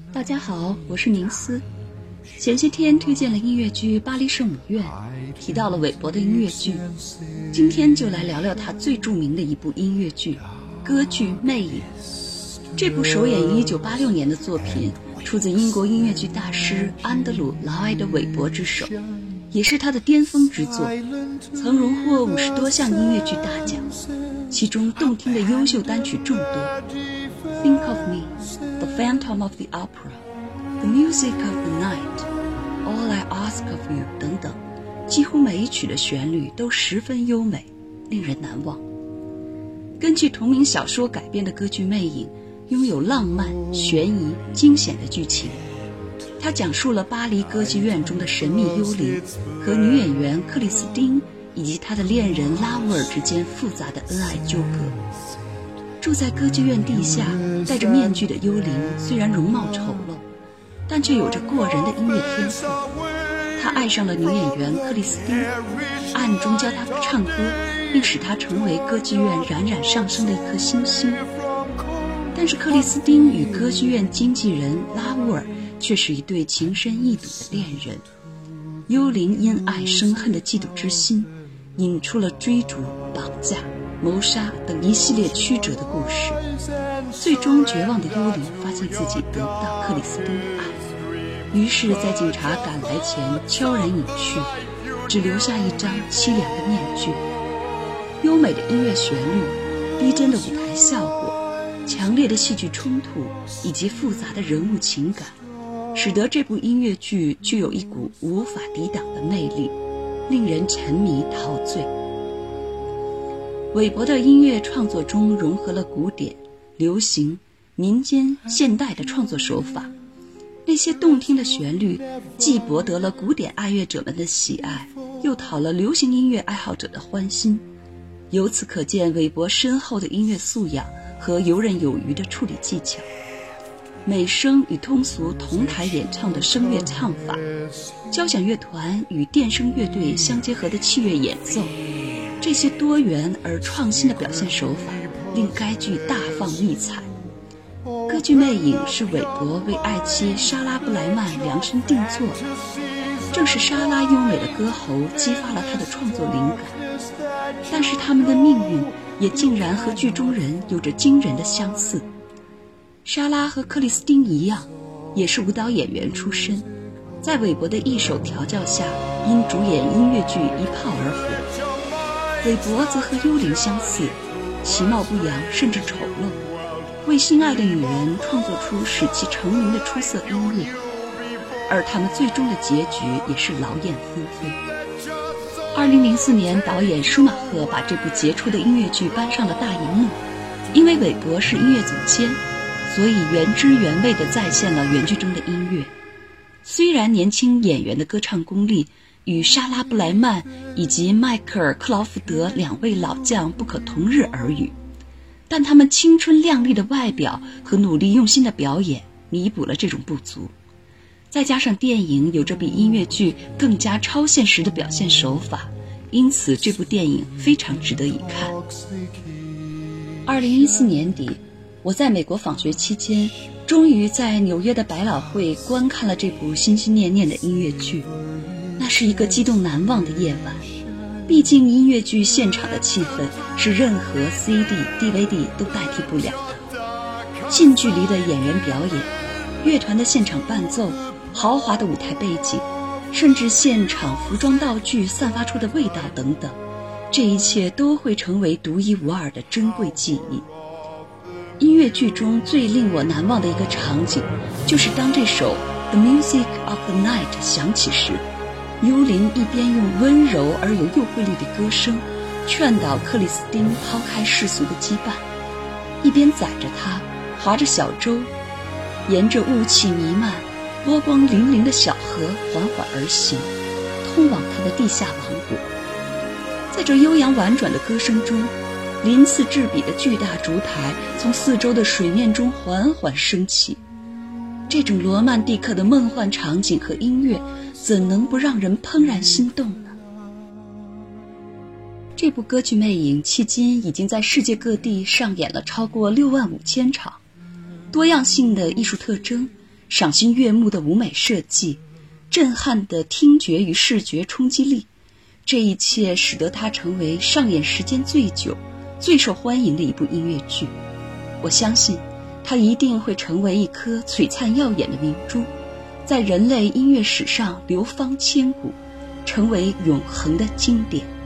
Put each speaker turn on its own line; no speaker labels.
大家好，我是宁思。前些天推荐了音乐剧《巴黎圣母院》，提到了韦伯的音乐剧，今天就来聊聊他最著名的一部音乐剧歌剧《魅影》。这部首演于1986年的作品出自英国音乐剧大师安德鲁·劳埃德·韦伯之手，也是他的巅峰之作，曾荣获50多项音乐剧大奖，其中动听的优秀单曲众多。Think of Me, The Phantom of the Opera, The Music of the Night, All I Ask of You 等等，几乎每一曲的旋律都十分优美，令人难忘。根据同名小说改编的歌剧《魅影》拥有浪漫、悬疑、惊险的剧情。它讲述了巴黎歌剧院中的神秘幽灵和女演员克里斯汀以及她的恋人拉乌尔之间复杂的恩爱纠葛。住在歌剧院地下戴着面具的幽灵虽然容貌丑陋，但却有着过人的音乐天赋。他爱上了女演员克里斯汀，暗中教她唱歌，并使她成为歌剧院冉冉上升的一颗星星。但是克里斯汀与歌剧院经纪人拉乌尔却是一对情深意笃的恋人。幽灵因爱生恨的嫉妒之心，引出了追逐、绑架、谋杀等一系列曲折的故事。最终绝望的幽灵发现自己得不到克里斯汀的爱，于是在警察赶来前悄然隐去，只留下一张凄凉的面具。优美的音乐旋律、逼真的舞台效果、强烈的戏剧冲突以及复杂的人物情感，使得这部音乐剧具有一股无法抵挡的魅力，令人沉迷陶醉。韦伯的音乐创作中融合了古典、流行、民间、现代的创作手法，那些动听的旋律既博得了古典爱乐者们的喜爱，又讨了流行音乐爱好者的欢心。由此可见韦伯深厚的音乐素养和游刃有余的处理技巧。美声与通俗同台演唱的声乐唱法，交响乐团与电声乐队相结合的器乐演奏，这些多元而创新的表现手法令该剧大放异彩。歌剧《魅影》是韦伯为爱妻莎拉·布莱曼量身定做的，正是莎拉优美的歌喉激发了他的创作灵感，但是他们的命运也竟然和剧中人有着惊人的相似。莎拉和克里斯汀一样，也是舞蹈演员出身，在韦伯的一手调教下，因主演音乐剧一炮而火。韦伯则和幽灵相似，其貌不扬甚至丑陋，为心爱的女人创作出使其成名的出色音乐，而他们最终的结局也是劳燕分飞。2004年，导演舒马赫把这部杰出的音乐剧搬上了大荧幕，因为韦伯是音乐总监，所以原汁原味地再现了原剧中的音乐。虽然年轻演员的歌唱功力与莎拉·布莱曼以及迈克尔·克劳福德两位老将不可同日而语，但他们青春靓丽的外表和努力用心的表演弥补了这种不足。再加上电影有着比音乐剧更加超现实的表现手法，因此这部电影非常值得一看。2014年底，我在美国访学期间，终于在纽约的百老汇观看了这部心心念念的音乐剧。那是一个激动难忘的夜晚，毕竟音乐剧现场的气氛是任何 CD、DVD 都代替不了的。近距离的演员表演、乐团的现场伴奏、豪华的舞台背景，甚至现场服装道具散发出的味道等等，这一切都会成为独一无二的珍贵记忆。音乐剧中最令我难忘的一个场景，就是当这首 The Music of the Night 响起时，幽灵一边用温柔而有诱惑力的歌声劝导克里斯汀抛开世俗的羁绊，一边载着他划着小舟，沿着雾气弥漫、波光粼粼的小河缓缓而行，通往他的地下王国。在这悠扬婉转的歌声中，鳞次栉比的巨大烛台从四周的水面中缓缓升起，这种罗曼蒂克的梦幻场景和音乐怎能不让人怦然心动呢？这部歌剧《魅影》迄今已经在世界各地上演了超过65000场，多样性的艺术特征赏心悦目的舞美设计，震撼的听觉与视觉冲击力，这一切使得它成为上演时间最久、最受欢迎的一部音乐剧。我相信它一定会成为一颗璀璨耀眼的明珠，在人类音乐史上流芳千古，成为永恒的经典。